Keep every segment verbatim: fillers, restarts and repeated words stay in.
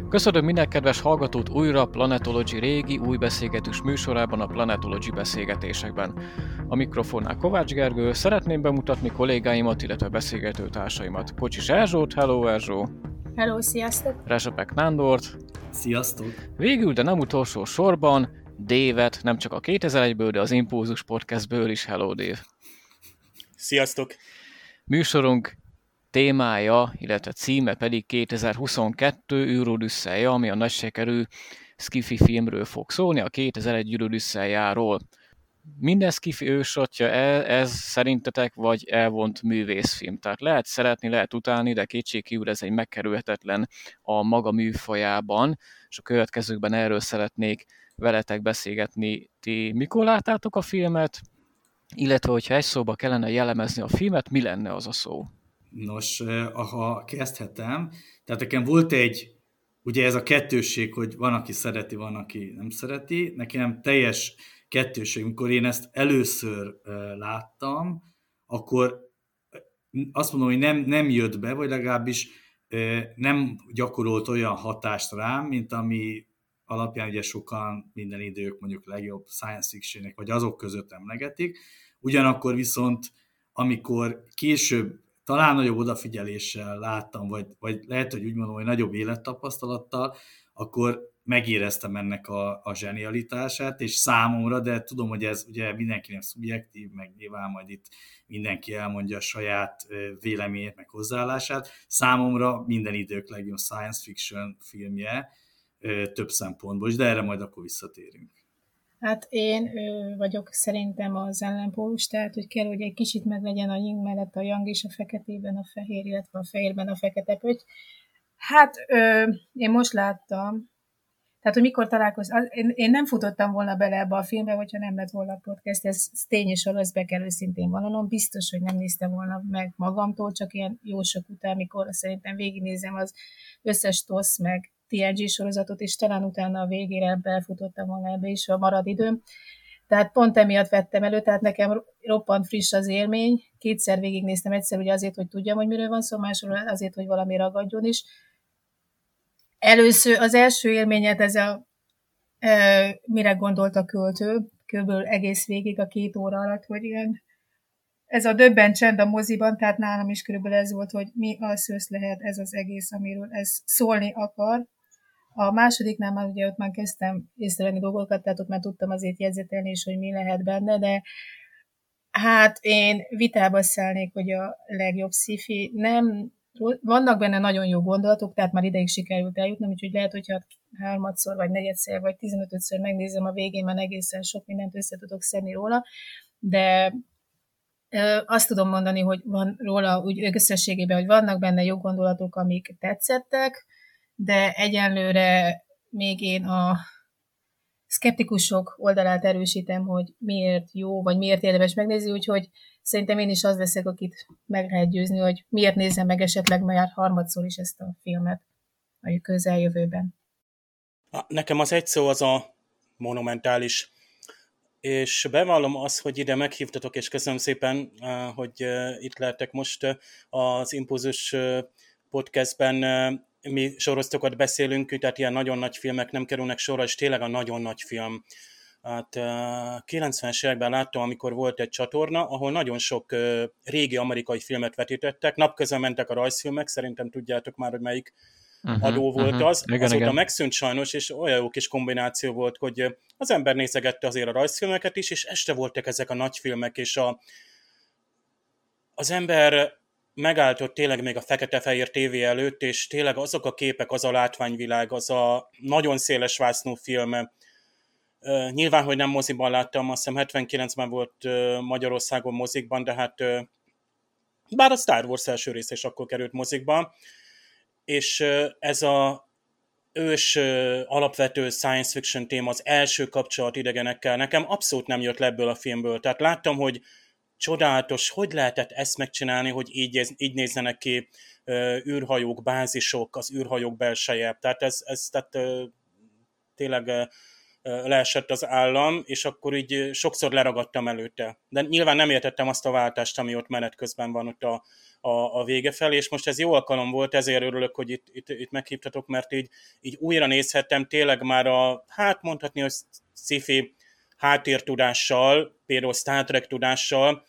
Köszönöm minden kedves hallgatót újra a Planetology régi, új beszélgetős műsorában, a Planetology beszélgetésekben. A mikrofonnál Kovács Gergő, szeretném bemutatni kollégáimat, illetve beszélgető társaimat. Kocsis Erzsót, hello Erzsó! Hello, sziasztok! Rezsepek Nándort. Sziasztok! Végül, de nem utolsó sorban, Dévet, nem csak a kétezer-egyből, de az Impulzus podcastből is, hello Dave! Sziasztok! Műsorunk témája, illetve címe pedig kétezer-huszonkettő űrodüsszeja, ami a nagy sikerű sci-fi filmről fog szólni, a kétezer-egy űrodüsszejáról. Minden sci-fi ősatja ez szerintetek, vagy elvont művészfilm? Tehát lehet szeretni, lehet utálni, de kétségkívül ez egy megkerülhetetlen a maga műfajában, és a következőkben erről szeretnék veletek beszélgetni. Ti mikor láttátok a filmet? Illetve, hogyha egy szóba kellene jellemezni a filmet, mi lenne az a szó? Nos, ha kezdhetem, tehát nekem volt egy, ugye ez a kettősség, hogy van, aki szereti, van, aki nem szereti. Nekem teljes kettősség, amikor én ezt először láttam, akkor azt mondom, hogy nem, nem jött be, vagy legalábbis nem gyakorolt olyan hatást rám, mint ami alapján ugye sokan minden idők mondjuk legjobb science fictionek, vagy azok között emlegetik. Ugyanakkor viszont, amikor később talán nagyobb odafigyeléssel láttam, vagy, vagy lehet, hogy úgy mondom, hogy nagyobb élettapasztalattal, akkor megéreztem ennek a, a zsenialitását, és számomra, de tudom, hogy ez ugye mindenkinek szubjektív, meg nyilván majd itt mindenki elmondja a saját véleményét, meg hozzáállását. Számomra minden idők legjobb science fiction filmje több szempontból, de erre majd akkor visszatérünk. Hát én ö, vagyok szerintem az ellenpólus, tehát hogy kell, hogy egy kicsit meglegyen a yin mellett a yang, és a feketében a fehér, illetve a fehérben a fekete pötty. Hát ö, én most láttam, tehát hogy mikor találkoztam, én, én nem futottam volna bele ebbe a filmbe, hogyha nem lett volna a podcast, ez, ez tény és való, ezt be kell őszintén vallanom, biztos, hogy nem néztem volna meg magamtól, csak ilyen jó sok után, mikor szerintem végignézem az összes TOSZ meg té en gé sorozatot, és talán utána a végére belefutottam volna ebbe is, a marad időm. Tehát pont emiatt vettem elő, tehát nekem roppant friss az élmény. Kétszer végignéztem, egyszer ugye azért, hogy tudjam, hogy miről van szó, másról azért, hogy valami ragadjon is. Először az első élményet ez a e, mire gondolt a költő, körülbelül egész végig a két óra alatt, hogy ilyen ez a döbben csend a moziban, tehát nálam is körülbelül ez volt, hogy mi az szősz lehet ez az egész, amiről ez szólni akar. A másodiknál már ugye ott már kezdtem észrevenni dolgokat, tehát ott már tudtam azért jegyzetelni is, hogy mi lehet benne, de hát én vitába szállnék, hogy a legjobb sci-fi nem, vannak benne nagyon jó gondolatok, tehát már ideig sikerült eljutnom, úgyhogy lehet, hogyha harmadszor, vagy negyedszer, vagy tizenötödször megnézem a végén, már egészen sok mindent össze tudok szedni róla, de azt tudom mondani, hogy van róla úgy összességében, hogy vannak benne jó gondolatok, amik tetszettek, de egyenlőre még én a szkeptikusok oldalát erősítem, hogy miért jó, vagy miért érdemes megnézni, úgyhogy szerintem én is az leszek, akit meg lehet győzni, hogy miért nézem meg esetleg már harmadszor is ezt a filmet a közeljövőben. Nekem az egy szó az a monumentális, és bevallom azt, hogy ide meghívtatok, és köszönöm szépen, hogy itt lehetek most az Impulzus podcastben. Mi sorosztokat beszélünk, tehát ilyen nagyon nagy filmek nem kerülnek sorra, és tényleg a nagyon nagy film. Hát kilencvenes években láttam, amikor volt egy csatorna, ahol nagyon sok régi amerikai filmet vetítettek, napközben mentek a rajzfilmek, szerintem tudjátok már, hogy melyik uh-huh, adó volt uh-huh. az. Igen, azóta igen. Megszűnt sajnos, és olyan jó kis kombináció volt, hogy az ember nézegette azért a rajzfilmeket is, és este voltak ezek a nagy filmek, és a, az ember megállt ott tényleg még a fekete-fehér tévé előtt, és tényleg azok a képek, az a látványvilág, az a nagyon széles vásznú film. Uh, nyilván, hogy nem moziban láttam, azt hiszem hetvenkilencben volt uh, Magyarországon mozikban, de hát uh, bár a Star Wars első része is akkor került mozikban, és uh, ez a ős uh, alapvető science fiction téma, az első kapcsolat idegenekkel nekem abszolút nem jött le ebből a filmből. Tehát láttam, hogy csodálatos, hogy lehetett ezt megcsinálni, hogy így, így nézzenek ki uh, űrhajók, bázisok, az űrhajók belseje. Tehát ez, ez tehát, uh, tényleg uh, leesett az állam, és akkor így sokszor leragadtam előtte. De nyilván nem értettem azt a váltást, ami ott menet közben van ott a, a, a vége felé, és most ez jó alkalom volt, ezért örülök, hogy itt, itt, itt meghívtatok, mert így, így újra nézhettem tényleg már a, hát mondhatni, hogy sci-fi háttértudással, például Star Trek tudással,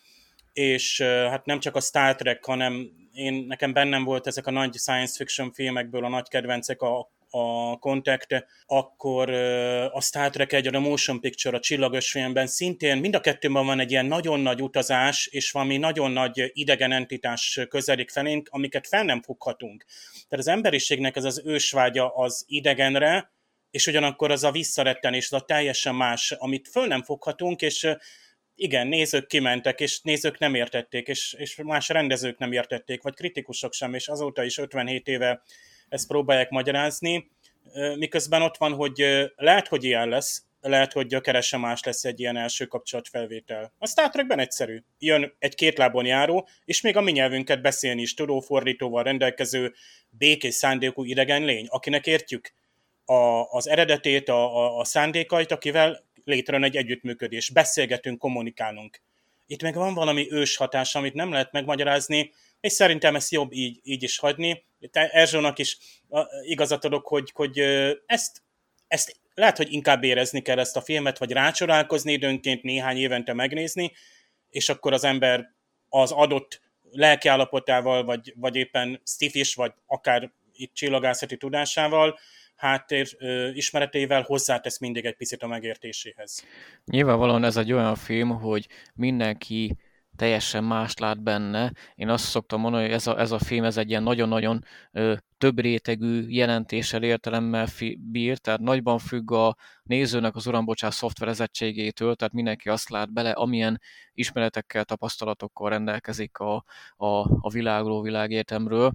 és hát nem csak a Star Trek, hanem én, nekem bennem volt ezek a nagy science fiction filmekből a nagy kedvencek, a, a Contact, akkor a Star Trek egy, a Motion Picture, a Csillagösvényben szintén mind a kettőben van egy ilyen nagyon nagy utazás, és valami nagyon nagy idegen entitás közelik felénk, amiket fel nem foghatunk. Tehát az emberiségnek ez az ősvágya az idegenre, és ugyanakkor az a visszarettenés, az a teljesen más, amit föl nem foghatunk, és igen, nézők kimentek, és nézők nem értették, és, és más rendezők nem értették, vagy kritikusok sem, és azóta is ötvenhét éve ezt próbálják magyarázni, miközben ott van, hogy lehet, hogy ilyen lesz, lehet, hogy gyökeresen más lesz egy ilyen első kapcsolatfelvétel. A Star Trekben egyszerű. Jön egy két lábon járó, és még a mi nyelvünket beszélni is tudó, fordítóval rendelkező, békés szándékú idegen lény, akinek értjük a, az eredetét, a, a, a szándékait, akivel létrejön egy együttműködés. Beszélgetünk, kommunikálunk. Itt meg van valami ős hatás, amit nem lehet megmagyarázni, és szerintem ezt jobb így, így is hagyni. Te Erzsónak is igazat adok, hogy, hogy ezt, ezt lehet, hogy inkább érezni kell ezt a filmet, vagy rácsodálkozni időnként, néhány évente megnézni, és akkor az ember az adott lelkiállapotával, vagy, vagy éppen sci-fis, vagy akár itt csillagászati tudásával, háttér ismeretével hozzátesz mindig egy picit a megértéséhez. Nyilvánvalóan ez egy olyan film, hogy mindenki teljesen mást lát benne. Én azt szoktam mondani, hogy ez a, ez a film ez egy ilyen nagyon-nagyon ö, több rétegű jelentéssel, értelemmel fi, bír, tehát nagyban függ a nézőnek az urambocsás szoftverezettségétől, tehát mindenki azt lát bele, amilyen ismeretekkel, tapasztalatokkal rendelkezik a, a, a világról, világértemről,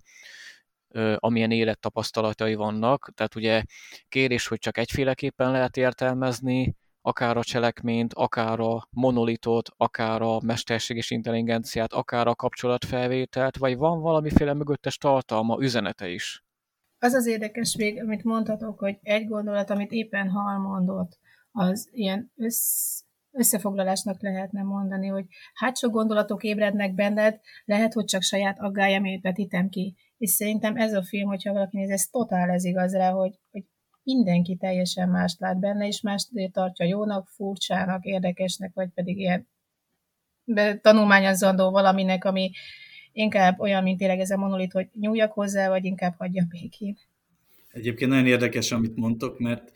amilyen élettapasztalatai vannak. Tehát ugye kérés, hogy csak egyféleképpen lehet értelmezni, akár a cselekményt, akár a monolitot, akár a mesterséges intelligenciát, akár a kapcsolatfelvételt, vagy van valamiféle mögöttes tartalma, üzenete is? Az az érdekes még, amit mondhatok, hogy egy gondolat, amit éppen Hal mondott, az ilyen össz, összefoglalásnak lehetne mondani, hogy hát sok gondolatok ébrednek benned, lehet, hogy csak saját aggályamért vetítem ki. És szerintem ez a film, hogyha valaki néz, ez totál ez igaz rá, hogy, hogy mindenki teljesen mást lát benne, és mást tartja jónak, furcsának, érdekesnek, vagy pedig ilyen tanulmányozandó valaminek, ami inkább olyan, mint tényleg ez a monolit, hogy nyúljak hozzá, vagy inkább hagyja békén. Egyébként nagyon érdekes, amit mondtok, mert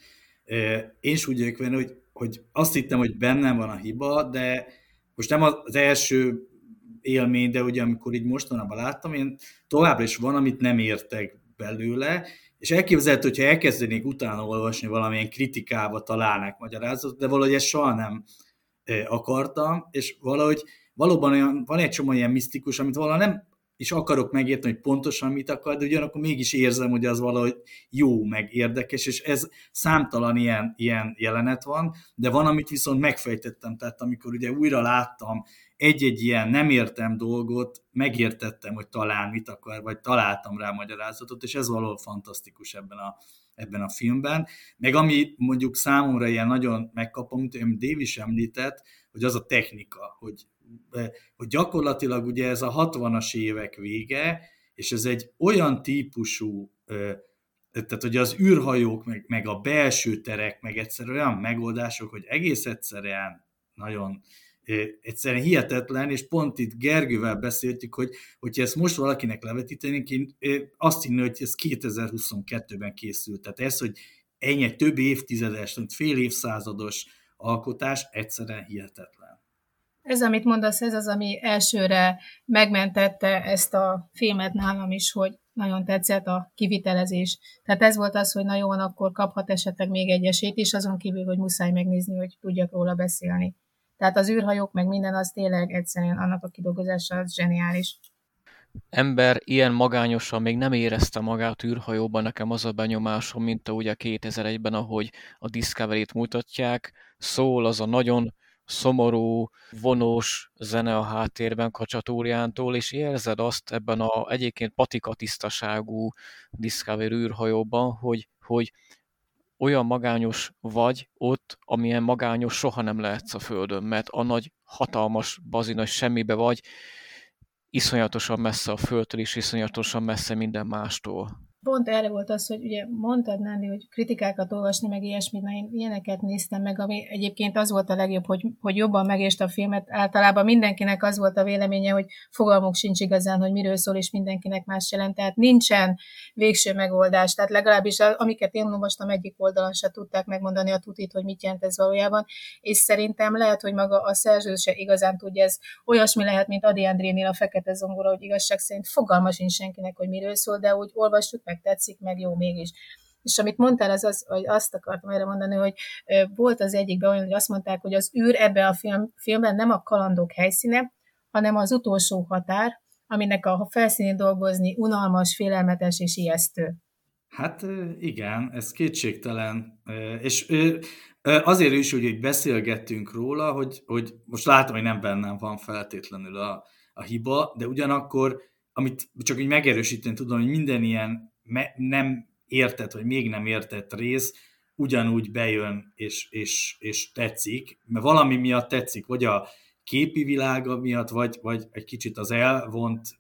én is úgy vagyok vele, hogy, hogy azt hittem, hogy bennem van a hiba, de most nem az első élmény, de ugye amikor így mostanában láttam, én továbbra is van, amit nem értek belőle, és elképzelhető, hogyha elkezdenék utána olvasni, valamilyen kritikába találnák magyarázatot, de valahogy ezt soha nem akartam, és valahogy valóban olyan, van egy csomó ilyen misztikus, amit valahogy nem is akarok megérteni, hogy pontosan mit akar, de ugyanakkor mégis érzem, hogy az valahogy jó, meg érdekes, és ez számtalan ilyen, ilyen jelenet van, de van, amit viszont megfejtettem, tehát amikor ugye újra láttam egy-egy ilyen nem értem dolgot, megértettem, hogy talán mit akar, vagy találtam rá magyarázatot, és ez valahol fantasztikus ebben a, ebben a filmben. Meg ami mondjuk számomra ilyen nagyon megkapom, amit Dave is említett, hogy az a technika, hogy, hogy gyakorlatilag ugye ez a hatvanas évek vége, és ez egy olyan típusú, tehát hogy az űrhajók, meg, meg a belső terek, meg egyszerűen olyan megoldások, hogy egész egyszerűen nagyon egyszerűen hihetetlen, és pont itt Gergővel beszéltük, hogy hogyha ezt most valakinek levetítenénk, én azt hinni, hogy ez kétezer-huszonkettőben készült. Tehát ez, hogy ennyi több évtizedes, fél évszázados alkotás, egyszerűen hihetetlen. Ez, amit mondasz, ez az, ami elsőre megmentette ezt a filmet nálam is, hogy nagyon tetszett a kivitelezés. Tehát ez volt az, hogy na jó, akkor kaphat esetleg még egy esélyt is, azon kívül, hogy muszáj megnézni, hogy tudjak róla beszélni. Tehát az űrhajók, meg minden, az tényleg egyszerűen annak a kidolgozása az zseniális. Ember ilyen magányosan még nem érezte magát űrhajóban, nekem az a benyomásom, mint a ugye kétezer-egyben, ahogy a Discovery-t mutatják, szól az a nagyon szomorú, vonós zene a háttérben Kacsatóriántól, és érzed azt ebben a egyébként patika tisztaságú Discovery űrhajóban, hogy, hogy olyan magányos vagy ott, amilyen magányos soha nem lehetsz a Földön, mert a nagy, hatalmas, bazinas semmibe vagy, iszonyatosan messze a Földtől, és iszonyatosan messze minden mástól. Pont erre volt az, hogy ugye mondtad, Nándi, hogy kritikákat olvasni, meg ilyesmit, na én ilyeneket néztem meg, ami egyébként az volt a legjobb, hogy, hogy jobban megértsd a filmet. Általában mindenkinek az volt a véleménye, hogy fogalmuk sincs igazán, hogy miről szól, és mindenkinek más jelent. Tehát nincsen végső megoldás. Tehát legalábbis amiket én olvastam, egyik oldalon se tudták megmondani a tutit, hogy mit jelent ez valójában. És szerintem lehet, hogy maga a szerző se igazán tudja, ez olyasmi lehet, mint Ady Endrénél a Fekete zongora, hogy igazság szerint fogalma sincs senkinek, hogy miről szól, de úgy olvassuk, meg tetszik, meg jó mégis. És amit mondtál, az, az hogy azt akartam erre mondani, hogy volt az egyikben olyan, hogy azt mondták, hogy az űr ebben a film, filmben nem a kalandok helyszíne, hanem az utolsó határ, aminek a felszínén dolgozni unalmas, félelmetes és ijesztő. Hát igen, ez kétségtelen. És azért is, hogy beszélgettünk róla, hogy, hogy most látom, hogy nem bennem van feltétlenül a, a hiba, de ugyanakkor, amit csak így megerősíteni tudom, hogy minden ilyen me- nem értett, vagy még nem értett rész ugyanúgy bejön, és, és, és tetszik, mert valami miatt tetszik, vagy a képi világa miatt, vagy, vagy egy kicsit az elvont,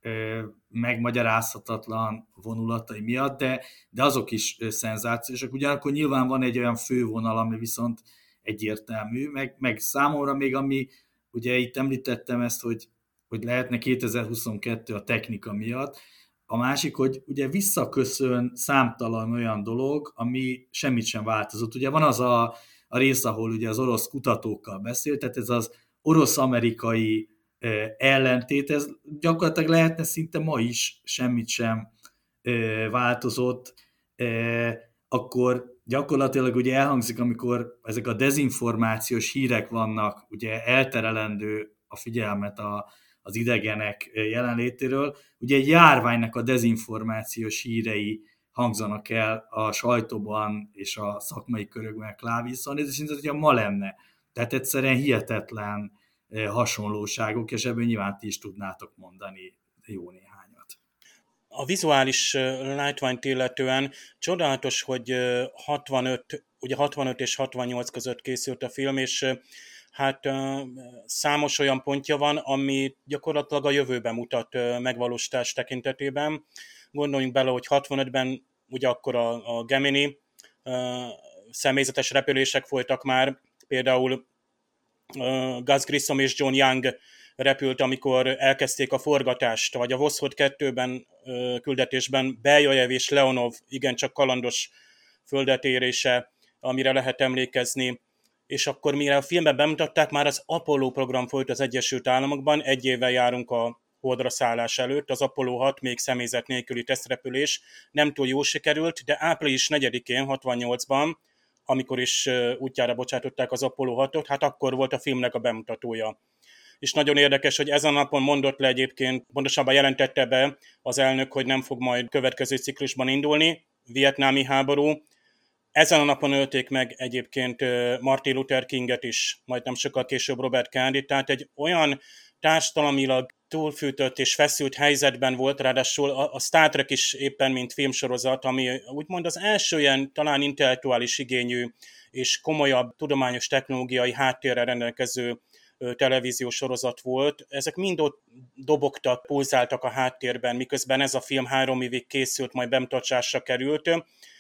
megmagyarázhatatlan vonulatai miatt, de, de azok is szenzációsak. Ugyanakkor nyilván van egy olyan fővonal, ami viszont egyértelmű, meg, meg számomra még ami, ugye itt említettem ezt, hogy, hogy lehetne kétezer-huszonkettő a technika miatt, a másik, hogy ugye visszaköszön számtalan olyan dolog, ami semmit sem változott. Ugye van az a, a rész, ahol ugye az orosz kutatókkal beszélt, tehát ez az orosz-amerikai ellentét, ez gyakorlatilag lehetne szinte ma is semmit sem változott, akkor gyakorlatilag ugye elhangzik, amikor ezek a dezinformációs hírek vannak, ugye elterelendő a figyelmet a, az idegenek jelenlétéről, ugye egy járványnak a dezinformációs hírei hangzanak el a sajtóban és a szakmai körökben kláviszon, ez szinte, hogyha ma lenne. Tehát egyszerűen hihetetlen hasonlóságok, és ebből nyilván ti is tudnátok mondani jó néhányat. A vizuális látványt illetően csodálatos, hogy hatvanöt, ugye hatvanöt és hatvannyolc között készült a film, és hát számos olyan pontja van, ami gyakorlatilag a jövőben mutat megvalósítás tekintetében. Gondoljunk bele, hogy hatvanötben ugye akkor a, a Gemini személyzetes repülések folytak már, például Gus Grissom és John Young repült, amikor elkezdték a forgatást, vagy a Voskhod kettőben küldetésben Beljajev és Leonov igencsak kalandos földetérése, amire lehet emlékezni. És akkor mire a filmben bemutatták, már az Apollo program folyt az Egyesült Államokban, egy évvel járunk a holdra szállás előtt, az Apollo hat még személyzet nélküli tesztrepülés, nem túl jól sikerült, de április negyedikén, hatvannyolcban, amikor is útjára bocsátották az Apollo hatot, hát akkor volt a filmnek a bemutatója. És nagyon érdekes, hogy ezen a napon mondott le egyébként, pontosabban jelentette be az elnök, hogy nem fog majd következő ciklusban indulni, vietnámi háború. Ezen a napon ölték meg egyébként Martin Luther Kinget is, majd nem sokkal később Robert Kennedy, tehát egy olyan társadalmilag túlfűtött és feszült helyzetben volt, ráadásul a Star Trek is éppen mint filmsorozat, ami úgymond az első ilyen talán intellektuális igényű és komolyabb tudományos technológiai háttérrel rendelkező televíziós sorozat volt. Ezek mind ott dobogtak, pulzáltak a háttérben, miközben ez a film három évig készült, majd bemutatásra került,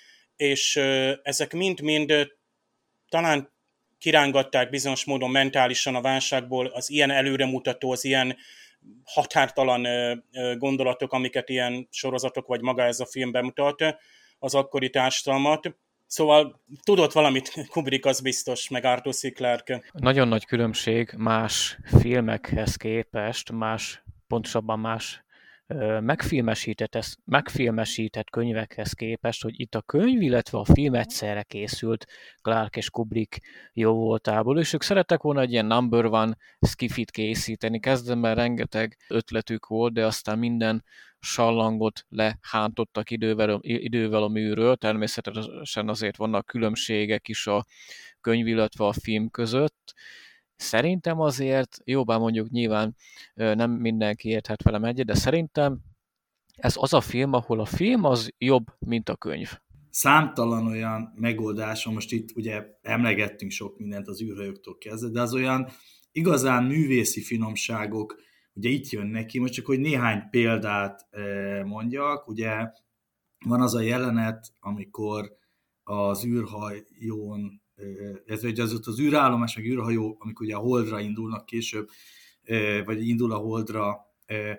és ezek mind-mind talán kirángatták bizonyos módon mentálisan a válságból az ilyen előremutató, az ilyen határtalan gondolatok, amiket ilyen sorozatok vagy maga ez a film bemutat, az akkori társadalmat. Szóval tudott valamit Kubrick, az biztos, meg Arthur C. Clarke. Nagyon nagy különbség más filmekhez képest, más, pontosabban más megfilmesített, megfilmesített könyvekhez képest, hogy itt a könyv, illetve a film egyszerre készült Clarke és Kubrick jó voltából, és ők szerettek volna egy ilyen number one skifit készíteni. Kezdetben rengeteg ötletük volt, de aztán minden sallangot lehántottak idővel, idővel a műről. Természetesen azért vannak különbségek is a könyv, illetve a film között. Szerintem azért, jó, bár mondjuk nyilván nem mindenki érthet velem egyet, de szerintem ez az a film, ahol a film az jobb, mint a könyv. számtalan olyan megoldása, most itt ugye emlegettünk sok mindent az űrhajóktól kezdve, de az olyan igazán művészi finomságok, ugye itt jönnek ki, most csak hogy néhány példát mondjak, ugye van az a jelenet, amikor az űrhajón, ez ugye az, az űrállomás, meg űrhajó, amikor ugye a Holdra indulnak később, vagy indul a Holdra,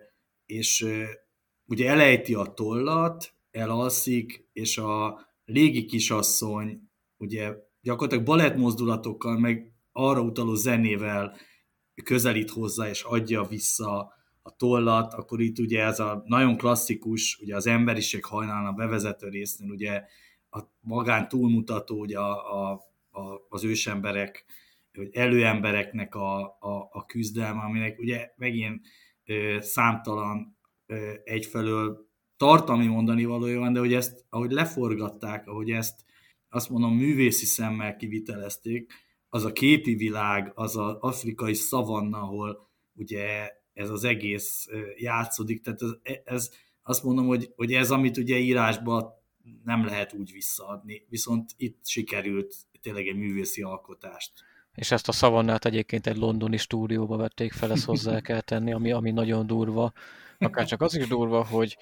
és ugye elejti a tollat, elalszik, és a légi kisasszony ugye gyakorlatilag balettmozdulatokkal, meg arra utaló zenével közelít hozzá, és adja vissza a tollat, akkor itt ugye ez a nagyon klasszikus, ugye az emberiség hajnalán a bevezető résznél ugye a magán túlmutató, ugye a, a, a, az ősemberek, vagy előembereknek a, a, a küzdelme, aminek ugye megint ö, számtalan ö, egyfelől tartalmi mondani valója van, de hogy ezt, ahogy leforgatták, ahogy ezt azt mondom művészi szemmel kivitelezték, az a képi világ, az az afrikai szavanna, ahol ugye ez az egész játszódik, tehát ez, ez azt mondom, hogy, hogy ez, amit ugye írásban nem lehet úgy visszaadni, viszont itt sikerült tényleg egy művészi alkotást. És ezt a szavannát egyébként egy londoni stúdióba vették fel, ezt hozzá kell tenni, ami, ami nagyon durva. Akár csak az is durva, hogy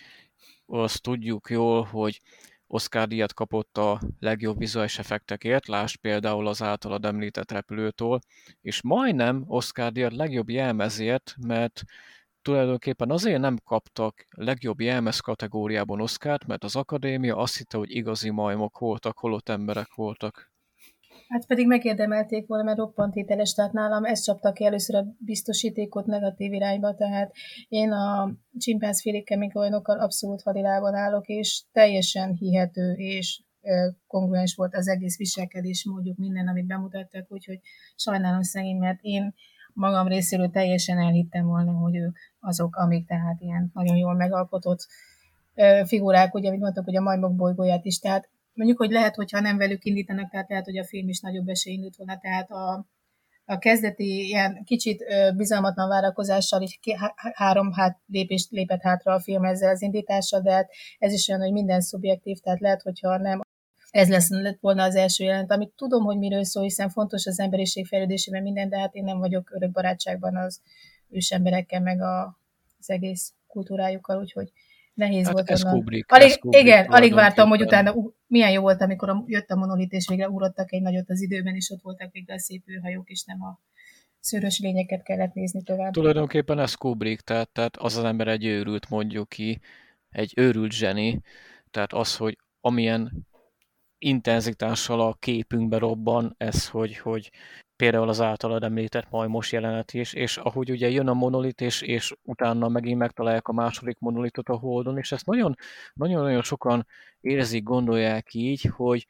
azt tudjuk jól, hogy Oscar-díjat kapott a legjobb vizuális effektekért, lásd például az általad említett repülőtól, és majdnem Oscar-díjat legjobb jelmezért, mert tulajdonképpen azért nem kaptak legjobb jelmez kategóriában Oscart, mert az akadémia azt hitte, hogy igazi majmok voltak, holott emberek voltak. Hát pedig megérdemelték volna, mert roppant hiteles, tehát nálam ezt csapta ki először a biztosítékot negatív irányba, tehát én a csimpánzfélékkel még olyanokkal abszolút vadilában állok, és teljesen hihető és kongruens volt az egész viselkedés, módjuk minden, amit bemutattak, úgyhogy sajnálom szegény, mert én magam részéről teljesen elhittem volna, hogy ők azok, amik tehát ilyen nagyon jól megalkotott figurák, ugye, amit mondtak, hogy a majmok bolygóját is, tehát mondjuk, hogy lehet, hogyha nem velük indítanak, tehát lehet, hogy a film is nagyobb esély indult volna, tehát a, a kezdeti ilyen kicsit bizalmatlan várakozással így há- három hát lépést lépett hátra a film ezzel az indítással, de hát ez is olyan, hogy minden szubjektív, tehát lehet, hogyha nem ez lesz lett volna az első jelent, amit tudom, hogy miről szól, hiszen fontos az emberiség fejlődésében minden, de hát én nem vagyok örök barátságban az ősemberekkel, meg a, az egész kultúrájukkal, úgyhogy nehéz hát volt ez onnan. Kubrick, Alig, ez Kubrick igen, alig vártam, hogy tulajdonképpen. utána ú, milyen jó volt, amikor a, jött a monolit, és végre ugrottak egy nagyot az időben, és ott voltak végre a szép űrhajók, és nem a szőrös lényeket kellett nézni tovább. Tulajdonképpen ez Kubrick, tehát, tehát az az ember egy őrült, mondjuk ki, egy őrült zseni, tehát az, hogy amilyen intenzitással a képünkbe robban ez, hogy, hogy például az általad említett majmos jelenet is, és ahogy ugye jön a monolit, és, és utána megint megtalálják a második monolitot a Holdon, és ezt nagyon, nagyon-nagyon sokan érzik, gondolják így, hogy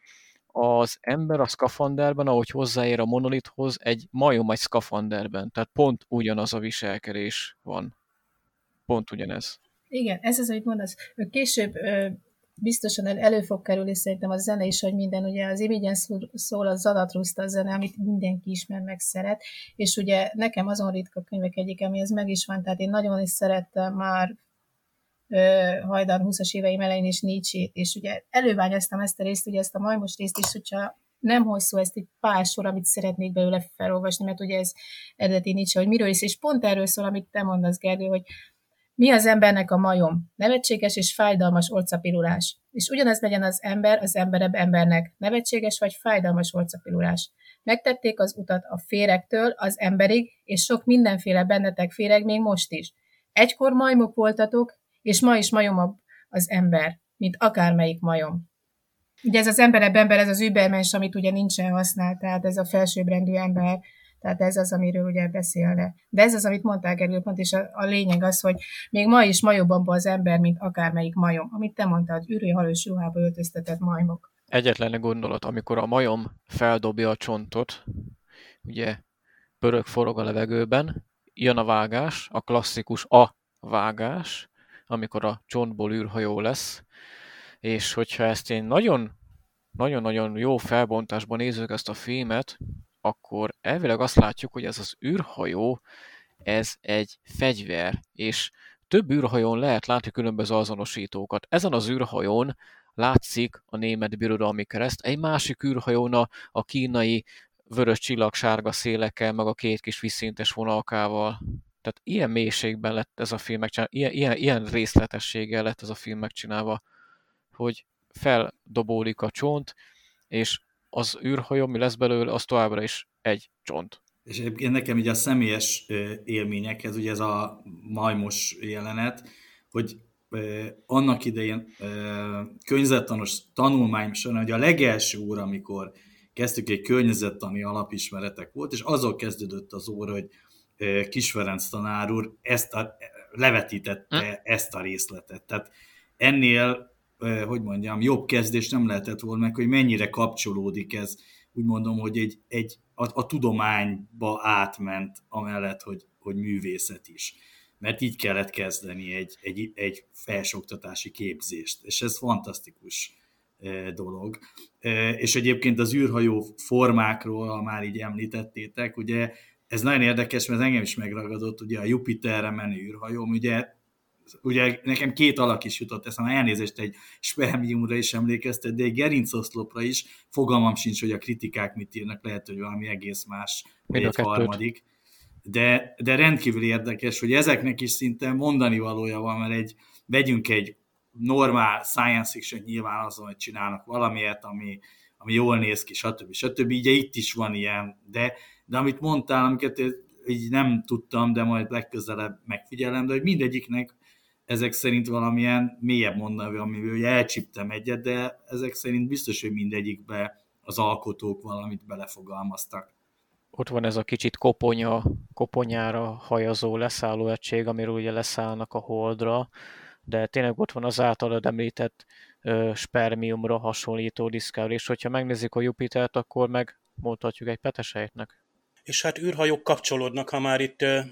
az ember a szkafanderben, ahogy hozzáér a monolithoz, egy majom egy szkafanderben, tehát pont ugyanaz a viselkedés van. Pont ugyanez. Igen, ez az, amit mondasz. Később biztosan elő fog kerülni szerintem a zene is, hogy minden, ugye az Imigyen szól a Zarathustra a zene, amit mindenki ismer, meg szeret, és ugye nekem azon ritka könyvek egyik, ami ez meg is van, tehát én nagyon is szerettem már hajdan húszas éveim elején is Nietzsét, és ugye előványoztam ezt a részt, ugye ezt a majmos részt is, hogyha nem hosszú, ezt egy pár sor, amit szeretnék belőle felolvasni, mert ugye ez eredeti Nietzsche, hogy miről is, és pont erről szól, amit te mondasz, Gergő, hogy mi az embernek a majom? Nevetséges és fájdalmas orcapirulás. És ugyanaz legyen az ember az emberebb embernek. Nevetséges vagy fájdalmas orcapirulás. Megtették az utat a féregtől az emberig, és sok mindenféle bennetek féreg még most is. Egykor majmok voltatok, és ma is majomabb az ember, mint akármelyik majom. Ugye ez az emberebb ember, ez az übermens, amit ugye nincsen használt, tehát ez a felsőbbrendű ember, tehát ez az, amiről ugye beszélne. De ez az, amit mondtál, Gergő, pont, és a, a lényeg az, hogy még ma is majomban az ember, mint akármelyik majom. Amit te mondtad, űrő halős ruhába öltöztetett majmok. Egyetlen gondolat, amikor a majom feldobja a csontot, ugye pörög, forog a levegőben, jön a vágás, a klasszikus a vágás, amikor a csontból űrhajó lesz, és hogyha ezt én nagyon, nagyon-nagyon jó felbontásban nézzük ezt a filmet, akkor elvileg azt látjuk, hogy ez az űrhajó, ez egy fegyver, és több űrhajón lehet látni különböző azonosítókat. Ezen az űrhajón látszik a német birodalmi kereszt, egy másik űrhajón a, a kínai vörös csillag sárga szélekkel, meg a két kis vízszintes vonalkával. Tehát ilyen mélységben lett ez a film megcsinálva, ilyen, ilyen, ilyen részletességgel lett ez a film megcsinálva, hogy feldobódik a csont, és az űrhajó, mi lesz belőle, az továbbra is egy csont. És egyébként nekem így a személyes élményekhez, ugye ez a majmos jelenet, hogy annak idején környezettanos tanulmány során, hogy a legelső óra, amikor kezdtük, egy környezettani alapismeretek volt, és azon kezdődött az óra, hogy Kiss Ferenc tanár úr ezt a, levetítette hm? ezt a részletet. Tehát ennél, hogy mondjam, jobb kezdés nem lehetett volna meg, hogy mennyire kapcsolódik ez. Úgy mondom, hogy egy, egy, a, a tudományba átment amellett, hogy, hogy művészet is. Mert így kellett kezdeni egy, egy, egy felsőoktatási képzést, és ez fantasztikus dolog. És egyébként az űrhajó formákról, ha már így említettétek, ugye ez nagyon érdekes, mert engem is megragadott, ugye a Jupiterre menő űrhajóm, ugye, ugye nekem két alak is jutott eszembe, elnézést, egy spermiumra is emlékeztet, de egy gerincoszlopra is, fogalmam sincs, hogy a kritikák mit írnak, lehet, hogy valami egész más, vagy egy harmadik. De, de rendkívül érdekes, hogy ezeknek is szinte mondani valója van, mert egy, vegyünk egy normál science fiction, nyilván azon, hogy csinálnak valamiért, ami, ami jól néz ki, stb. stb. Ugye itt is van ilyen, de, de amit mondtál, amiket így nem tudtam, de majd legközelebb megfigyelem, de hogy mindegyiknek ezek szerint valamilyen mélyebb mondani, amiből elcsíptem egyet, de ezek szerint biztos, hogy mindegyikbe az alkotók valamit belefogalmaztak. Ott van ez a kicsit koponya, koponyára hajazó leszálló egység, amiről ugye leszállnak a Holdra, de tényleg ott van az általad említett ö, spermiumra hasonlító Discovery, és hogyha megnézzük a Jupitert, akkor meg mondhatjuk egy petesejtnek. És hát űrhajók kapcsolódnak, ha már itt ö,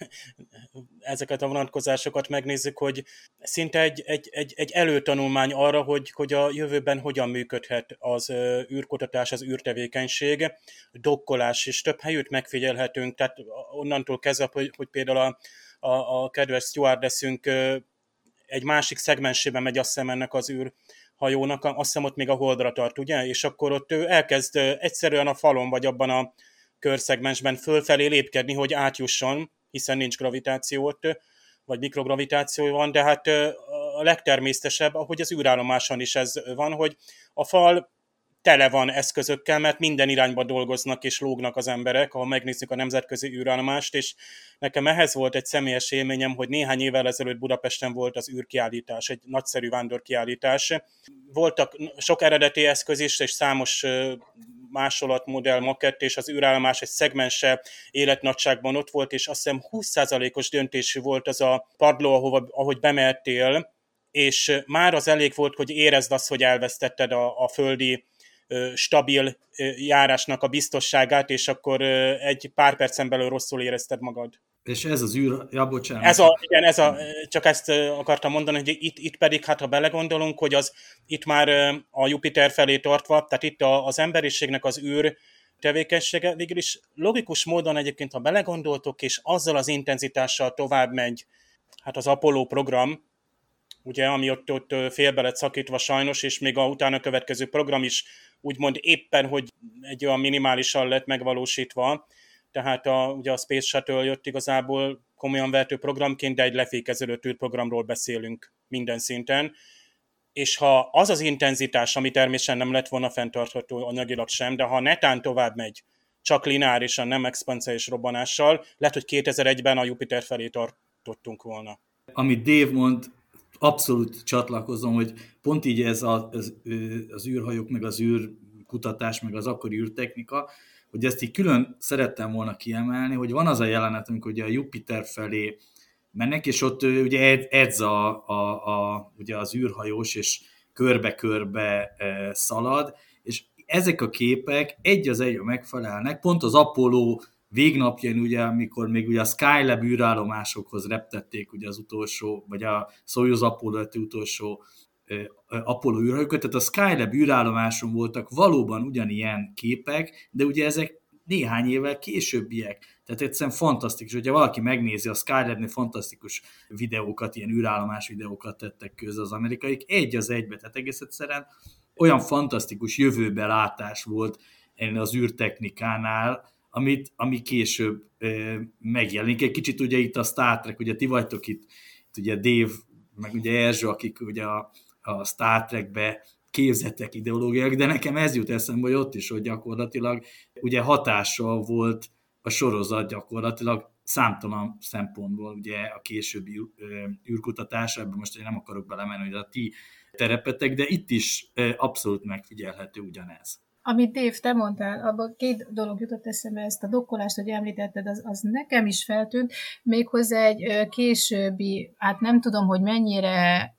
ezeket a vonatkozásokat megnézzük, hogy szinte egy, egy, egy, egy előtanulmány arra, hogy, hogy a jövőben hogyan működhet az ö, űrkutatás, az űrtevékenység, dokkolás, és több helyütt megfigyelhetünk, tehát onnantól kezdve, hogy, hogy például a, a, a kedves stewardessünk ö, egy másik szegmensében megy, azt hiszem, ennek az űrhajónak, azt hiszem ott még a Holdra tart, ugye? És akkor ott ő elkezd egyszerűen a falon, vagy abban a körszegmensben fölfelé lépkedni, hogy átjusson, hiszen nincs gravitáció ott, vagy mikrogravitáció van, de hát a legtermészetesebb, ahogy az űrállomáson is ez van, hogy a fal tele van eszközökkel, mert minden irányba dolgoznak és lógnak az emberek, ha megnézzük a nemzetközi űrállomást, és nekem ehhez volt egy személyes élményem, hogy néhány évvel ezelőtt Budapesten volt az űrkiállítás, egy nagyszerű vándorkiállítás. Voltak sok eredeti eszköz is, és számos másolatmodell, makett, és az űrállomás egy szegmense életnagyságban ott volt, és azt hiszem húsz százalékos döntésű volt az a padló, ahova, ahogy bemehettél, és már az elég volt, hogy érezd azt, hogy elvesztetted a, a földi stabil járásnak a biztosságát, és akkor egy pár percen belül rosszul érezted magad. És ez az űr... Ja, bocsánat. Ez a, igen, ez a, csak ezt akartam mondani, hogy itt, itt pedig, hát ha belegondolunk, hogy az itt már a Jupiter felé tartva, tehát itt az emberiségnek az űr tevékenysége végül is logikus módon egyébként, ha belegondoltok, és azzal az intenzitással tovább megy, hát az Apollo program, ugye, ami ott, ott félbe lett szakítva sajnos, és még a utána következő program is úgymond éppen, hogy egy olyan minimálisan lett megvalósítva, tehát a, ugye a Space Shuttle jött igazából komolyan vehető programként, de egy lefékeződő űrprogramról beszélünk minden szinten, és ha az az intenzitás, ami természetesen nem lett volna fenntartható anyagilag sem, de ha netán tovább megy, csak lineárisan, nem expanciális robbanással, lehet, hogy kétezer-egyben a Jupiter felé tartottunk volna. Amit Dave mond, abszolút csatlakozom, hogy pont így ez a, az, az űrhajók, meg az űrkutatás, meg az akkori űrtechnika, hogy ezt így külön szerettem volna kiemelni, hogy van az a jelenet, amikor ugye a Jupiter felé mennek, és ott ugye edz a, a, a, ugye az űrhajós, és körbe-körbe szalad, és ezek a képek egy az egyre megfelelnek, pont az Apollo végnapján, ugye, amikor még ugye a Skylab űrállomásokhoz reptették ugye az utolsó, vagy a Soyuz Apollo utolsó Apollo űrhajókat, tehát a Skylab űrállomáson voltak valóban ugyanilyen képek, de ugye ezek néhány évvel későbbiek. Tehát egyszerűen fantasztikus, hogyha valaki megnézi a Skyletnél fantasztikus videókat, ilyen űrállomás videókat tettek közre az amerikaiak, egy az egybe, tehát egész egyszerűen olyan fantasztikus jövőbe látás volt ennél az űrtechnikánál, amit, ami később e, megjelenik. Egy kicsit ugye itt a Star Trek, ugye ti vagytok itt, itt ugye Dave, meg ugye Erzső, akik ugye a, a Star Trekbe képzettek ideológiák, de nekem ez jut eszembe, hogy ott is, hogy gyakorlatilag ugye hatással volt a sorozat gyakorlatilag számtalan szempontból ugye a későbbi űrkutatás, ebben most én nem akarok belemenni, hogy a ti terepetek, de itt is abszolút megfigyelhető ugyanez. Amit Dave, te mondtál, abban két dolog jutott eszembe, ezt a dokkolást, hogy említetted, az, az nekem is feltűnt, méghozzá egy későbbi, hát nem tudom, hogy mennyire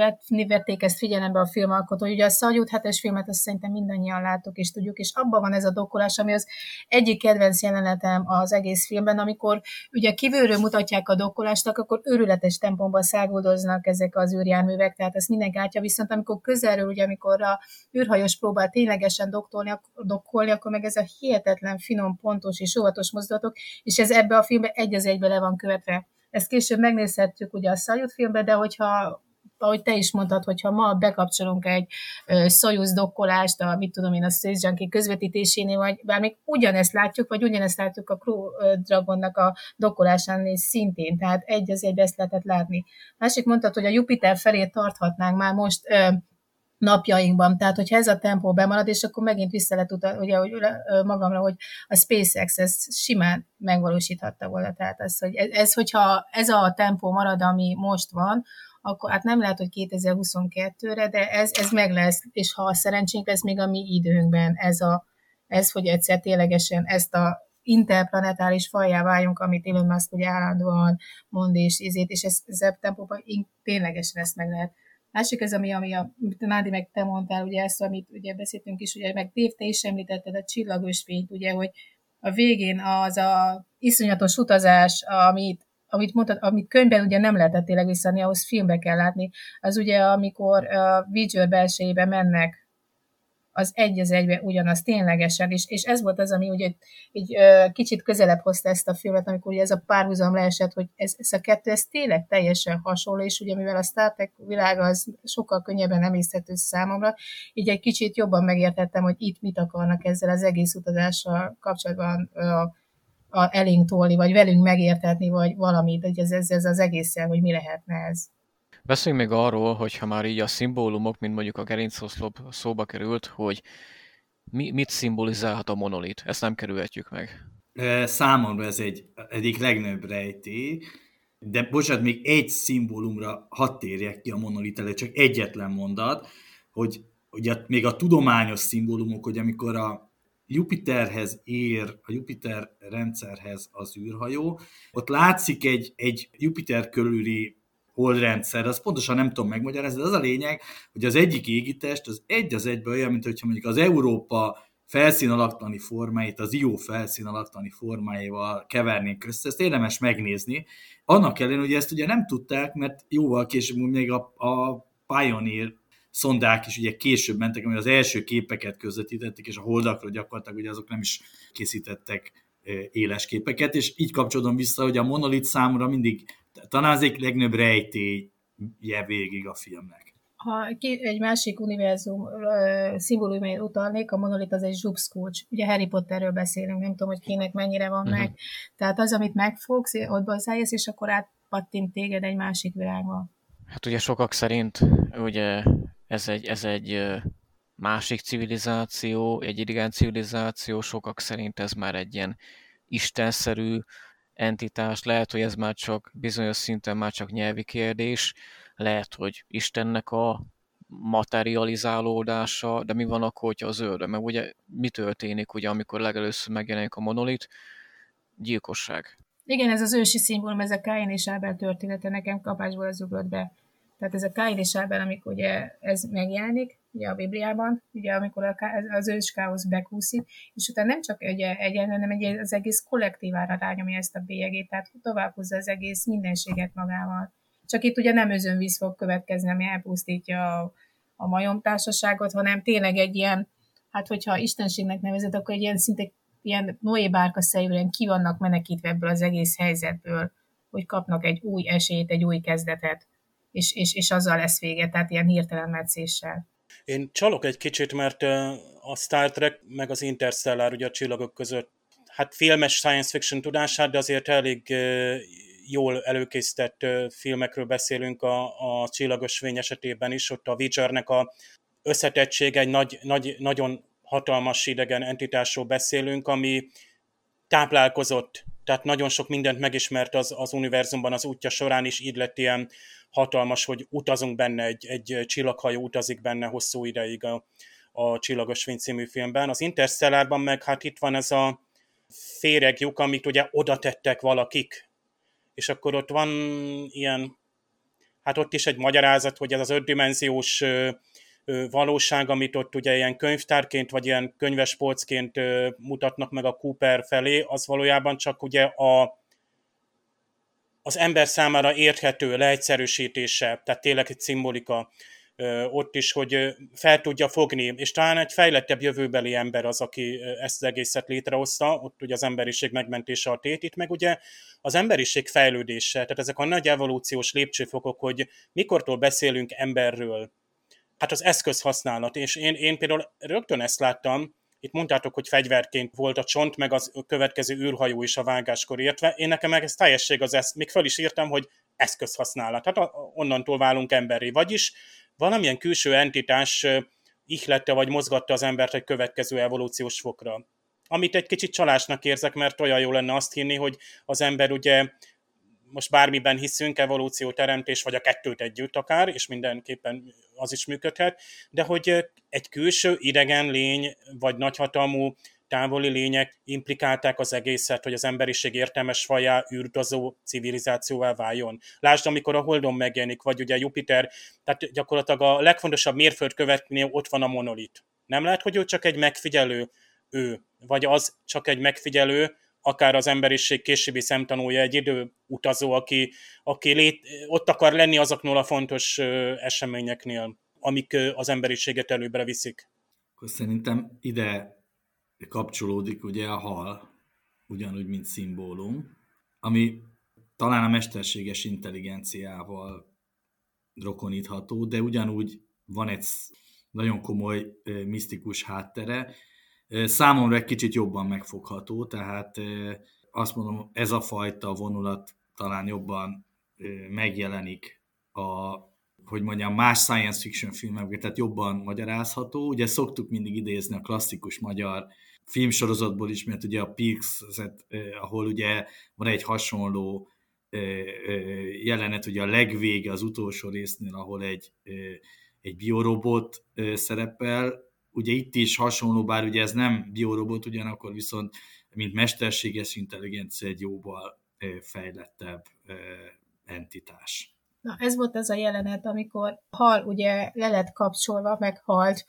vették ezt figyelembe a filmalkotói. Ugye a Saljut hetes filmet azt szerintem mindannyian láttuk és tudjuk, és abban van ez a dokkolás, ami az egyik kedvenc jelenetem az egész filmben, amikor ugye kívülről mutatják a dokkolást, akkor őrületes tempóban száguldoznak ezek az űrjárművek, tehát ezt mindenki látja, viszont amikor közelről, ugye amikor a űrhajós próbál ténylegesen dokkolni, dokkolni, akkor meg ez a hihetetlen finom, pontos és óvatos mozdulatok, és ez ebbe a filmbe egy az egybe le van követve. Ezt később megnézhetjük ugye a Saljut filmben, de hogyha ahogy te is mondtad, hogyha ma bekapcsolunk egy uh, Soyuz dokkolást, a, mit tudom én, a Space Junkie közvetítésénél, vagy bár még ugyanezt látjuk, vagy ugyanezt látjuk a Crew Dragonnak a dokkolásánál szintén, tehát egy az egy ezt lehetett látni. Másik mondtad, hogy a Jupiter felé tarthatnánk már most uh, napjainkban, tehát hogyha ez a tempó bemarad, és akkor megint vissza lehet utalni, ugye, hogy magamra, hogy a SpaceX ez simán megvalósíthatta volna, tehát ez, hogy ez, ez, hogyha ez a tempó marad, ami most van, akkor hát nem lehet, hogy kétezer-huszonkettőre, de ez, ez meg lesz, és ha szerencsénk lesz még a mi időnkben, ez, a, ez hogy egyszer ténylegesen ezt a interplanetáris fajjá váljunk, amit Elon Musk ugye állandóan mond, és ezért, és ez, ez a tempóban ténylegesen ezt meg lehet. Másik ez, ami, ami a, Nádi meg te mondtál, ugye ezt, amit ugye beszéltünk is, ugye meg Dave, te is említetted a csillagos fényt, ugye, hogy a végén az a iszonyatos utazás, amit amit mondtad, amit könyvben ugye nem lehetett tényleg visszadni, ahhoz filmbe kell látni, az ugye, amikor a uh, Voyager belsejébe mennek, az egy az egybe ugyanaz ténylegesen, és, és ez volt az, ami ugye így uh, kicsit közelebb hozta ezt a filmet, amikor ugye ez a párhuzam leesett, hogy ez, ez a kettő, ez tényleg teljesen hasonló, és ugye mivel a Star Trek világa az sokkal könnyebben emészthető számomra, így egy kicsit jobban megértettem, hogy itt mit akarnak ezzel az egész utazással kapcsolatban uh, A elénk tolni, vagy velünk megértetni, vagy valamit, hogy ez, ez, ez az egészen, hogy mi lehetne ez. Beszéljünk még arról, hogyha már így a szimbólumok, mint mondjuk a gerincoszlop szóba került, hogy mi, mit szimbolizálhat a monolit. Ezt nem kerülhetjük meg. Számomra ez egy egyik legnagyobb rejtély, de bocsánat, még egy szimbólumra hadd térjek ki a monolit elő, csak egyetlen mondat, hogy ugye még a tudományos szimbólumok, hogy amikor a Jupiterhez ér, a Jupiter rendszerhez az űrhajó, ott látszik egy, egy Jupiter körüli holdrendszer, azt pontosan nem tudom megmagyarázni, de az a lényeg, hogy az egyik égitest az egy az egyben olyan, mint hogyha mondjuk az Európa felszín alaktani formáit az Io felszín alaktani formáival kevernénk össze, ezt érdemes megnézni. Annak ellenére, hogy ezt ugye nem tudták, mert jóval később még a, a Pioneer szondák is ugye később mentek, ami az első képeket közvetítették, és a holdakról gyakorlatilag ugye azok nem is készítettek éles képeket, és így kapcsolódom vissza, hogy a monolit számomra mindig talán az egy legnagyobb rejtélye végig a filmnek. Ha egy másik univerzum uh, szimbólumért utalnék, a monolit az egy zsubszkulcs. Ugye Harry Potterről beszélünk, nem tudom, hogy kinek mennyire van uh-huh. meg. Tehát az, amit megfogsz, ott hozzájössz, és akkor átpattint téged egy másik világba. Hát ugye sokak szerint ugye ez egy, ez egy másik civilizáció, egy idegen civilizáció, sokak szerint ez már egy ilyen istenszerű entitás, lehet, hogy ez már csak bizonyos szinten már csak nyelvi kérdés, lehet, hogy Istennek a materializálódása, de mi van akkor, hogyha az őrre? Mert ugye mi történik, ugye, amikor legelőször megjelenik a monolit? Gyilkosság. Igen, ez az ősi szimbólum, ez a Káin és Ábel története, nekem kapásból az ugrott be. Tehát ez a Káin és Ábel, amikor ugye ez megjelenik, ugye a Bibliában, ugye amikor az ős káosz bekúszik, és utána nem csak egy egyen, hanem egy, az egész kollektívára rányomja ezt a bélyegét, tehát tovább hozza az egész mindenséget magával. Csak itt ugye nem özönvíz fog következni, ami elpusztítja a, a majomtársaságot, hanem tényleg egy ilyen, hát hogyha istenségnek nevezed, akkor egy ilyen szinte ilyen Noé bárkaszerűen ki vannak menekítve ebből az egész helyzetből, hogy kapnak egy új esélyt, egy új kezdetet, és, és, és azzal lesz vége, tehát ilyen hirtelen metszéssel. Én csalok egy kicsit, mert a Star Trek meg az Interstellar ugye a csillagok között, hát filmes science fiction tudását, de azért elég jól előkészített filmekről beszélünk a, a Csillagos Fény esetében is, ott a Voyagernek a összetettsége, egy nagy, nagy, nagyon hatalmas idegen entitásról beszélünk, ami táplálkozott, tehát nagyon sok mindent megismert az, az univerzumban az útja során is, így lett ilyen hatalmas, hogy utazunk benne, egy, egy csillaghajó utazik benne hosszú ideig a, a Csillagos Fény című filmben. Az Interstellárban meg hát itt van ez a féreglyuk, amit ugye oda tettek valakik, és akkor ott van ilyen, hát ott is egy magyarázat, hogy ez az ötdimenziós valóság, amit ott ugye ilyen könyvtárként, vagy ilyen könyvespolcként mutatnak meg a Cooper felé, az valójában csak ugye a, az ember számára érthető leegyszerűsítése, tehát tényleg egy szimbolika ott is, hogy fel tudja fogni, és talán egy fejlettebb jövőbeli ember az, aki ezt az egészet létrehozta, ott ugye az emberiség megmentése a tét, itt meg ugye az emberiség fejlődése, tehát ezek a nagy evolúciós lépcsőfokok, hogy mikortól beszélünk emberről, hát az eszközhasználat, és én, én például rögtön ezt láttam, itt mondtátok, hogy fegyverként volt a csont, meg az következő űrhajó is a vágáskor értve, én nekem meg ez teljesség az ezt, még fel is írtam, hogy eszközhasználat, hát onnantól válunk emberré, vagyis valamilyen külső entitás ihlette vagy mozgatta az embert egy következő evolúciós fokra. Amit egy kicsit csalásnak érzek, mert olyan jó lenne azt hinni, hogy az ember ugye most bármiben hiszünk, evolúció, teremtés, vagy a kettőt együtt akár, és mindenképpen az is működhet, de hogy egy külső idegen lény, vagy nagyhatalmú távoli lények implikálták az egészet, hogy az emberiség értelmes fajá, űrutazó civilizációvá váljon. Lásd, amikor a Holdon megjelenik, vagy ugye Jupiter, tehát gyakorlatilag a legfontosabb mérföldköveknél ott van a monolit. Nem lehet, hogy ő csak egy megfigyelő, ő, vagy az csak egy megfigyelő, akár az emberiség későbbi szemtanúja, egy időutazó, aki, aki lét, ott akar lenni azoknál a fontos eseményeknél, amik az emberiséget előbbre viszik. Akkor szerintem ide kapcsolódik ugye a hal, ugyanúgy, mint szimbólum, ami talán a mesterséges intelligenciával rokonítható, de ugyanúgy van egy nagyon komoly misztikus háttere. Számomra egy kicsit jobban megfogható, tehát azt mondom, ez a fajta vonulat talán jobban megjelenik a, hogy mondjam, más science fiction filmekben, tehát jobban magyarázható. Ugye szoktuk mindig idézni a klasszikus magyar filmsorozatból is, mert ugye a Peaks, ahol ugye van egy hasonló jelenet, ugye a legvége az utolsó résznél, ahol egy, egy biorobot szerepel. Ugye itt is hasonló, bár ugye ez nem biorobot, ugyanakkor viszont, mint mesterséges intelligencia, egy jóval fejlettebb entitás. Na, ez volt az a jelenet, amikor Hal ugye le lett kapcsolva, meghalt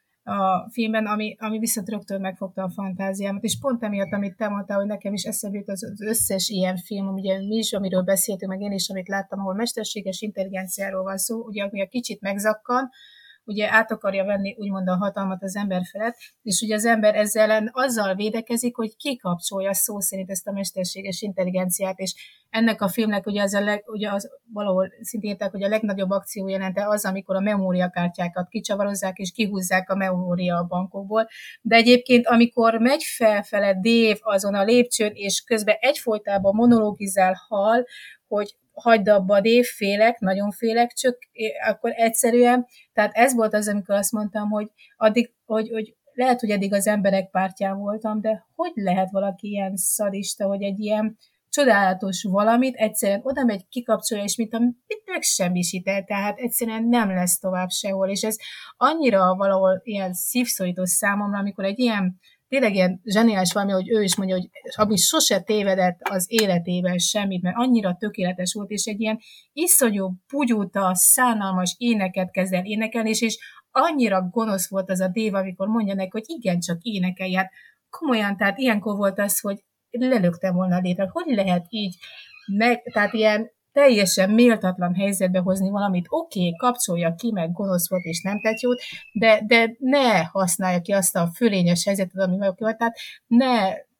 a filmben, ami, ami viszont rögtön megfogta a fantáziámat, és pont emiatt, amit te mondtál, hogy nekem is eszembe jut az, az összes ilyen film, ugye mi is, amiről beszéltünk, meg én is, amit láttam, ahol mesterséges intelligenciáról van szó, ugye ami a kicsit megzakkan, ugye át akarja venni úgymond a hatalmat az ember felett, és ugye az ember ezzel ellen azzal védekezik, hogy kikapcsolja szó szerint ezt a mesterséges intelligenciát, és ennek a filmnek ugye az, a leg, ugye az valahol szintén írták, hogy a legnagyobb akció jelente az, amikor a memóriakártyákat kicsavarozzák és kihúzzák a memória bankokból, de egyébként amikor megy felfele Dave azon a lépcsőn, és közben egyfolytában monologizál Hal, hogy hagyd abba, Dave, félek, nagyon félek, csak akkor egyszerűen, tehát ez volt az, amikor azt mondtam, hogy addig, hogy, hogy lehet, hogy eddig az emberek pártján voltam, de hogy lehet valaki ilyen szadista, hogy egy ilyen csodálatos valamit egyszerűen oda megy, kikapcsolja, és mint a mit megsemmisít, tehát egyszerűen nem lesz tovább sehol, és ez annyira valahol ilyen szívszorító számomra, amikor egy ilyen tényleg ilyen zseniális valami, hogy ő is mondja, hogy ami sose tévedett az életében semmit, mert annyira tökéletes volt, és egy ilyen iszonyú, bugyuta, szánalmas éneket kezd el énekelni, és, és annyira gonosz volt az a Dave, amikor mondja neki, hogy igencsak énekelj. Hát komolyan, tehát ilyenkor volt az, hogy lelöktem volna létre. Hogy lehet így, meg, tehát ilyen teljesen méltatlan helyzetbe hozni valamit, oké, okay, kapcsolja ki, meg gonosz volt, és nem tett jót, de, de ne használja ki azt a fölényes helyzetet, ami meg volt, tehát ne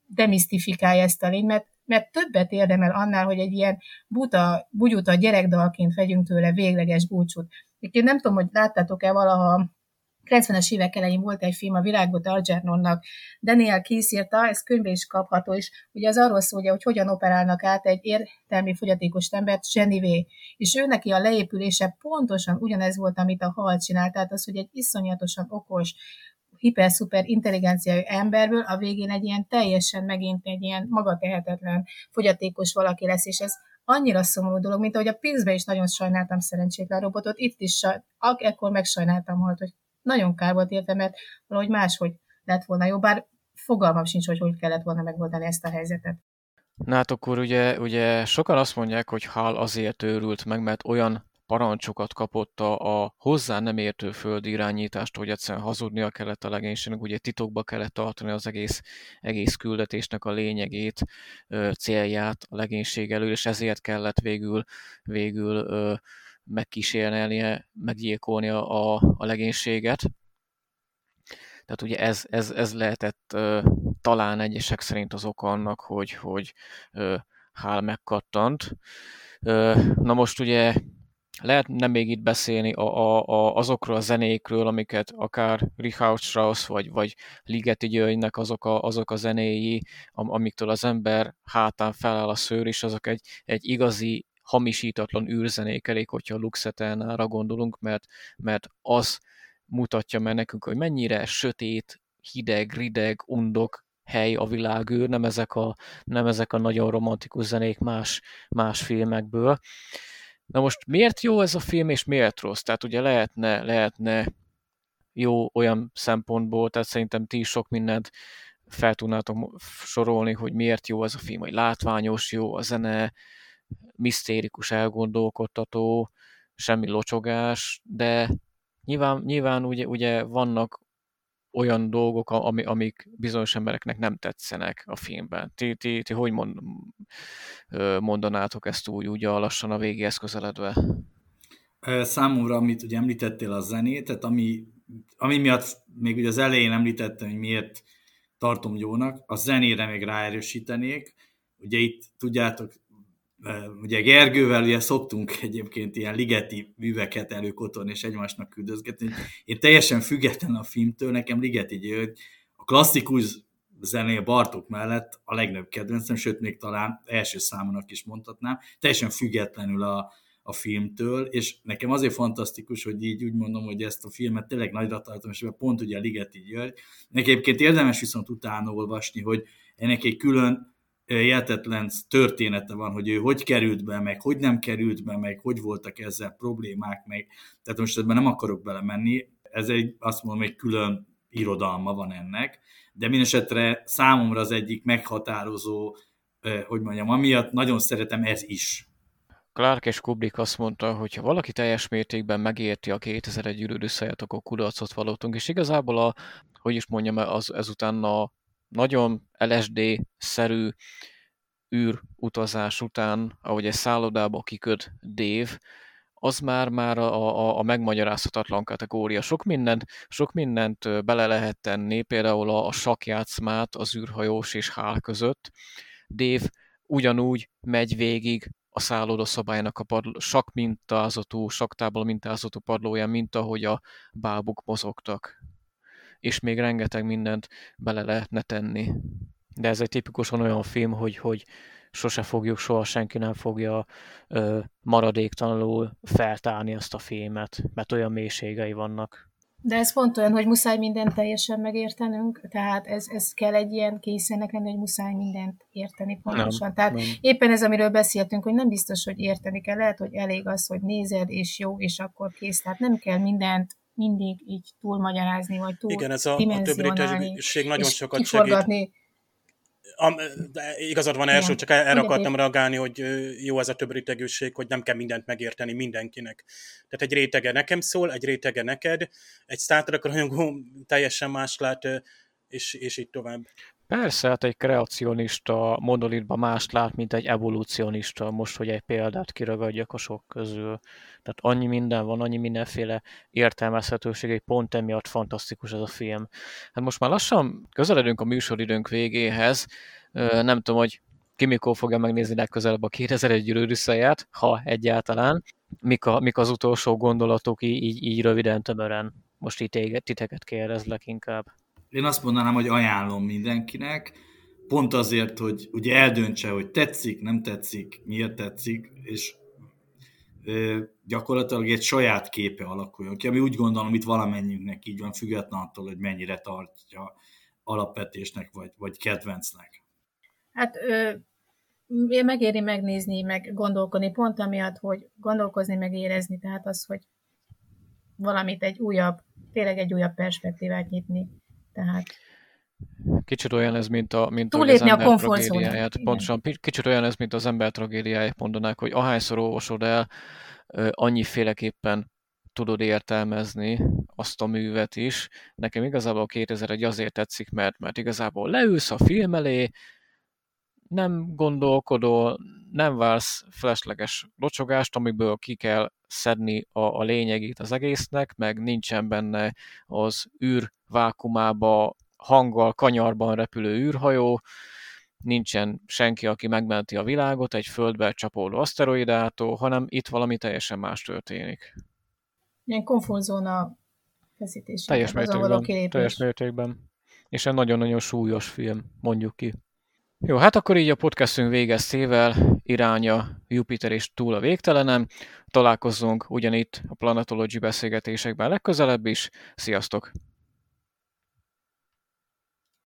demisztifikálja ezt a lényt, mert, mert többet érdemel annál, hogy egy ilyen buta, bugyuta gyerekdalként vegyünk tőle végleges búcsút. Én nem tudom, hogy láttátok-e valaha, kilencvenes évek elején volt egy film, a Virágbot Algernonnak, Daniel Keyes írta, ez könyvbe is kapható, és ugye az arról szól, hogy hogyan operálnak át egy értelmi fogyatékos embert, Zsenivé, és ő neki a leépülése pontosan ugyanez volt, amit a hal csinált, tehát az, hogy egy iszonyatosan okos, hiper-szuper intelligenciájú emberből a végén egy ilyen teljesen megint egy ilyen magatehetetlen, fogyatékos valaki lesz, és ez annyira szomorú dolog, mint ahogy a Pilzbe is nagyon sajnáltam szerencsétlen robotot, itt is saj, ekkor megsajnáltam volt, hogy nagyon kár volt érte, mert valahogy máshogy lett volna jó, bár fogalmam sincs, hogy hogy kellett volna megoldani ezt a helyzetet. Na hát akkor ugye, ugye sokan azt mondják, hogy Hal azért őrült meg, mert olyan parancsokat kapott a, a hozzá nem értő földi irányítást, hogy egyszerűen hazudnia kellett a legénységnek, ugye titokba kellett tartani az egész, egész küldetésnek a lényegét, célját a legénység elől, és ezért kellett végül, végül megkísérelnie, meggyilkolni a, a legénységet. Tehát ugye ez, ez, ez lehetett uh, talán egyesek szerint az oka annak, hogy, hogy uh, Hal megkattant. Uh, na most ugye lehetne még itt beszélni a, a, a, azokról a zenékről, amiket akár Richard Strauss vagy, vagy Ligeti Györgynek azok a, azok a zenéi, am, amiktől az ember hátán feláll a szőr, és azok egy, egy igazi hamisítatlan űrzenék, elég, hogyha a Lux Aeternára gondolunk, mert, mert az mutatja meg nekünk, hogy mennyire sötét, hideg, rideg, undok hely a világűr, nem ezek a, nem ezek a nagyon romantikus zenék más, más filmekből. Na most miért jó ez a film, és miért rossz? Tehát ugye lehetne, lehetne jó olyan szempontból, tehát szerintem ti is sok mindent fel tudnátok sorolni, hogy miért jó ez a film, hogy látványos, jó a zene, misztérikus, elgondolkodtató, semmi locsogás, de nyilván, nyilván ugye, ugye vannak olyan dolgok, ami, amik bizonyos embereknek nem tetszenek a filmben. Ti, ti, ti hogy mond, mondanátok ezt úgy, úgy a lassan a végéhez közeledve? Számomra, amit ugye említettél a zenét, tehát ami, ami miatt még ugye az elején említettem, hogy miért tartom jónak, a zenére még ráerősítenék. Ugye itt tudjátok, ugye Gergővel ugye szoktunk egyébként ilyen ligeti műveket előkotorni és egymásnak küldözgetni. Én teljesen független a filmtől, nekem Ligeti György a klasszikus zené Bartók mellett a legnagyobb kedvencem, sőt még talán első számonak is mondhatnám, teljesen függetlenül a, a filmtől, és nekem azért fantasztikus, hogy így úgy mondom, hogy ezt a filmet tényleg nagyra tartom, és pont ugye a Ligeti György. Nekem egyébként érdemes viszont utána olvasni, hogy ennek egy külön hihetetlen története van, hogy ő hogy került be, meg hogy nem került be, meg hogy voltak ezzel problémák, meg tehát most ebben nem akarok belemenni, ez egy, azt mondom, egy külön irodalma van ennek, de mindesetre számomra az egyik meghatározó, hogy mondjam, amiatt nagyon szeretem ez is. Clark és Kubrick azt mondta, hogy ha valaki teljes mértékben megérti a kétezer-egy űrűr összejött, akkor kudarcot vallottunk, és igazából a, hogy is mondjam, az, ezután a nagyon el es dé-szerű űrutazás után, ahogy egy szállodába kiköt Dave, az már, már a, a, a megmagyarázhatatlan kategória. Sok mindent, sok mindent bele lehet tenni, például a, a sakkjátszmát az űrhajós és Hal között. Dave ugyanúgy megy végig a szállodaszobájának a padló, sakk mintázatú, sakktábla mintázatú padlóján, mint ahogy a bábuk mozogtak. És még rengeteg mindent bele lehetne tenni. De ez egy tipikusan olyan film, hogy, hogy sose fogjuk, soha senki nem fogja ö, maradéktalanul feltárni ezt a filmet, mert olyan mélységei vannak. De ez pont olyan, hogy muszáj mindent teljesen megértenünk, tehát ez, ez kell egy ilyen kényszernek lenni, hogy muszáj mindent érteni pontosan. Nem, tehát nem. Éppen ez, amiről beszéltünk, hogy nem biztos, hogy érteni kell, lehet, hogy elég az, hogy nézed, és jó, és akkor kész. Tehát nem kell mindent mindig így túlmagyarázni, vagy túl igen, ez a, a többrétűség nagyon sokat kiforgatni. segít. Am, igazad van, első, csak erre akartam reagálni, hogy jó ez a több rétegűség, hogy nem kell mindent megérteni mindenkinek. Tehát egy rétege nekem szól, egy rétege neked, egy Star Trek rajongó teljesen más lát, és, és így tovább. Persze, hát egy kreacionista monolitban mást lát, mint egy evolucionista, most, hogy egy példát kiragadjak a sok közül. Tehát annyi minden van, annyi mindenféle értelmezhetőség, egy pont emiatt fantasztikus ez a film. Hát most már lassan közeledünk a műsoridőnk végéhez. Nem tudom, hogy ki mikor fogja megnézni legközelebb a kétezer-egy gyűrűdüsszeját, ha egyáltalán. Mik, a, mik az utolsó gondolatok így, így, így röviden, tömören? Most itt titeket kérdezlek inkább. Én azt mondanám, hogy ajánlom mindenkinek, pont azért, hogy ugye eldöntse, hogy tetszik, nem tetszik, miért tetszik, és ö, gyakorlatilag egy saját képe alakuljon ki, ami úgy gondolom, itt valamennyiünknek így van, független attól, hogy mennyire tartja alapvetésnek, vagy, vagy kedvencnek. Hát ö, megéri megnézni, meg gondolkodni, pont amiatt, hogy gondolkozni, meg érezni, tehát az, hogy valamit egy újabb, tényleg egy újabb perspektívát nyitni. Tehát Kicsit olyan ez, mint, a, mint túlépni az a komfortzónát. Pontosan, kicsit olyan ez, mint az ember tragédiáját mondanák, hogy ahányszor olvasod el, annyiféleképpen tudod értelmezni azt a művet is. Nekem igazából a kétezer-egy azért tetszik, mert, mert igazából leülsz a film elé, nem gondolkodol, nem vársz felesleges locsogást, amiből ki kell szedni a, a lényegét az egésznek, meg nincsen benne az űr vákumába hanggal, kanyarban repülő űrhajó, nincsen senki, aki megmenti a világot egy földbe csapódó aszteroidától, hanem itt valami teljesen más történik. Ilyen komfortzóna feszítés. Teljes mértékben, teljes mértékben. És egy nagyon-nagyon súlyos film, mondjuk ki. Jó, hát akkor így a podcastünk végeztével iránya Jupiter és túl a végtelenem. Találkozzunk ugyanitt a Planetology beszélgetésekben legközelebb is. Sziasztok!